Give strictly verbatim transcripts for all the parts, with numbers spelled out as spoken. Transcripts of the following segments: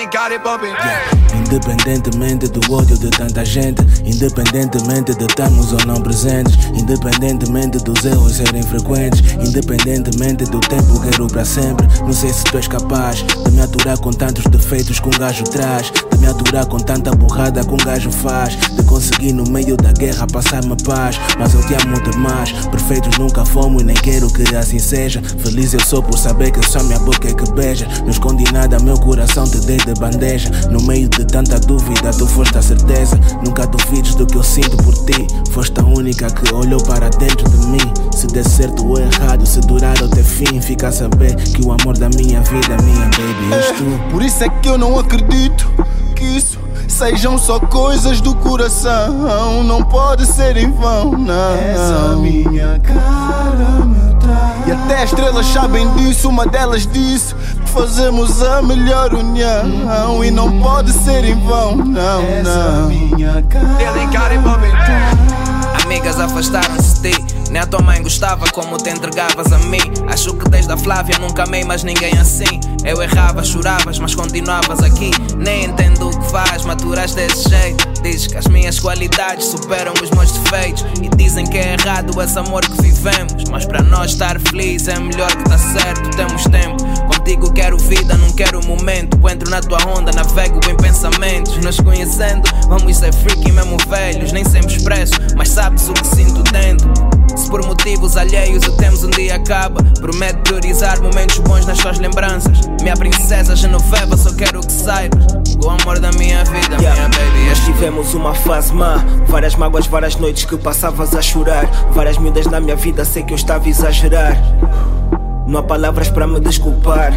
got it poppin'. Yeah. Independentemente do ódio de tanta gente, independentemente de estarmos ou não presentes, independentemente dos erros serem frequentes, independentemente do tempo, quero para sempre. Não sei se tu és capaz de me aturar com tantos defeitos que um gajo traz, de me aturar com tanta burrada que um gajo faz, de conseguir no meio da guerra passar-me paz. Mas eu te amo demais, perfeitos nunca fomos e nem quero que assim seja. Feliz eu sou por saber que só minha boca é que beija. Não escondi nada, meu coração te dei de bandeja. No meio de tanta dúvida, tu foste a certeza. Nunca duvides do que eu sinto por ti. Foste a única que olhou para dentro de mim. Se der certo ou errado, se durar ou ter fim, fica a saber que o amor da minha vida, minha baby, és tu. É, por isso é que eu não acredito que isso sejam só coisas do coração. Não pode ser em vão, não. Essa minha cara me traz. E até as estrelas sabem disso. Uma delas disse que fazemos a melhor união. E não pode ser em vão, não, Essa não. minha cara They got it poppin'. Amigas afastaram-se de ti, nem a tua mãe gostava como te entregavas a mim. Acho que desde a Flávia nunca amei mais ninguém assim. Eu errava, choravas, mas continuavas aqui. Nem entendo o que faz, maturas desse jeito. Dizes que as minhas qualidades superam os meus defeitos, e dizem que é errado esse amor que vivemos. Mas para nós estar feliz é melhor que tá certo. Temos tempo, contigo quero vida, não quero momento. Entro na tua onda, navego em pensamentos. Nos conhecendo, vamos ser freaky mesmo velhos. Nem sempre expresso, mas sabes o que sinto dentro. Se por motivos alheios o temos um dia acaba, prometo priorizar momentos bons nas tuas lembranças. Minha princesa Genoveva, só quero que saibas o amor da minha vida, yeah. Minha baby. Nós tivemos uma fase má, várias mágoas, várias noites que passavas a chorar. Várias miúdas na minha vida, sei que eu estava a exagerar. Não há palavras para me desculpar,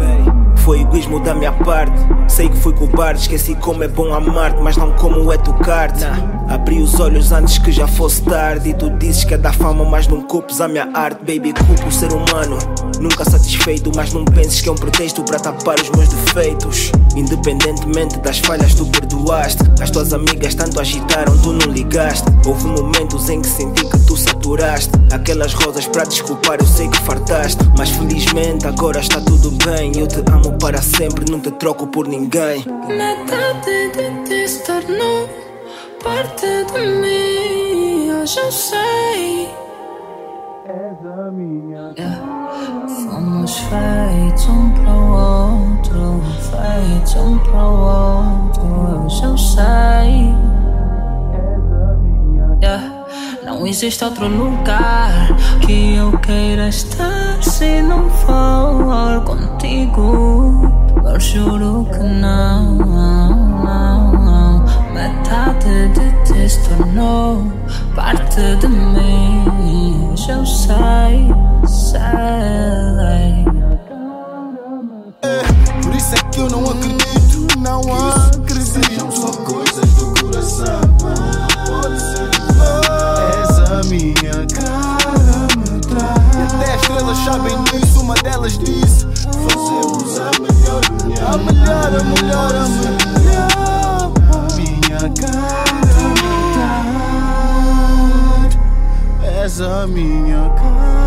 foi egoísmo da minha parte. Sei que fui cobarde, esqueci como é bom amar-te, mas não como é tocar-te. Abri os olhos antes que já fosse tarde. E tu dizes que é da fama, mas não culpes a minha arte. Baby, culpo o ser humano, nunca satisfeito. Mas não penses que é um pretexto para tapar os meus defeitos. Independentemente das falhas, tu perdoaste. As tuas amigas tanto agitaram, tu não ligaste. Houve momentos em que senti que tu saturaste. Aquelas rosas para desculpar, eu sei que fartaste. Mas felizmente agora está tudo bem. Eu te amo para sempre, não te troco por ninguém. Metade de ti se tornou parte de mim. Hoje eu sei. Yeah. Fomos feitos um para o outro, feitos um para o outro. Hoje eu sei. Yeah. Não existe outro lugar que eu queira estar se não for contigo. Eu juro que não, não, não. Metade de ti se tornou parte de mim. Hoje eu sei, sei. É, por isso é que eu não acredito, não acredito. Sejam só coisas do coração. Pode ser. Essa minha cara me traz. E até as estrelas sabem disso. Uma delas disse: fazemos a melhor união. A melhor, a melhor, a melhor. Minha cara me traz. És a minha cara.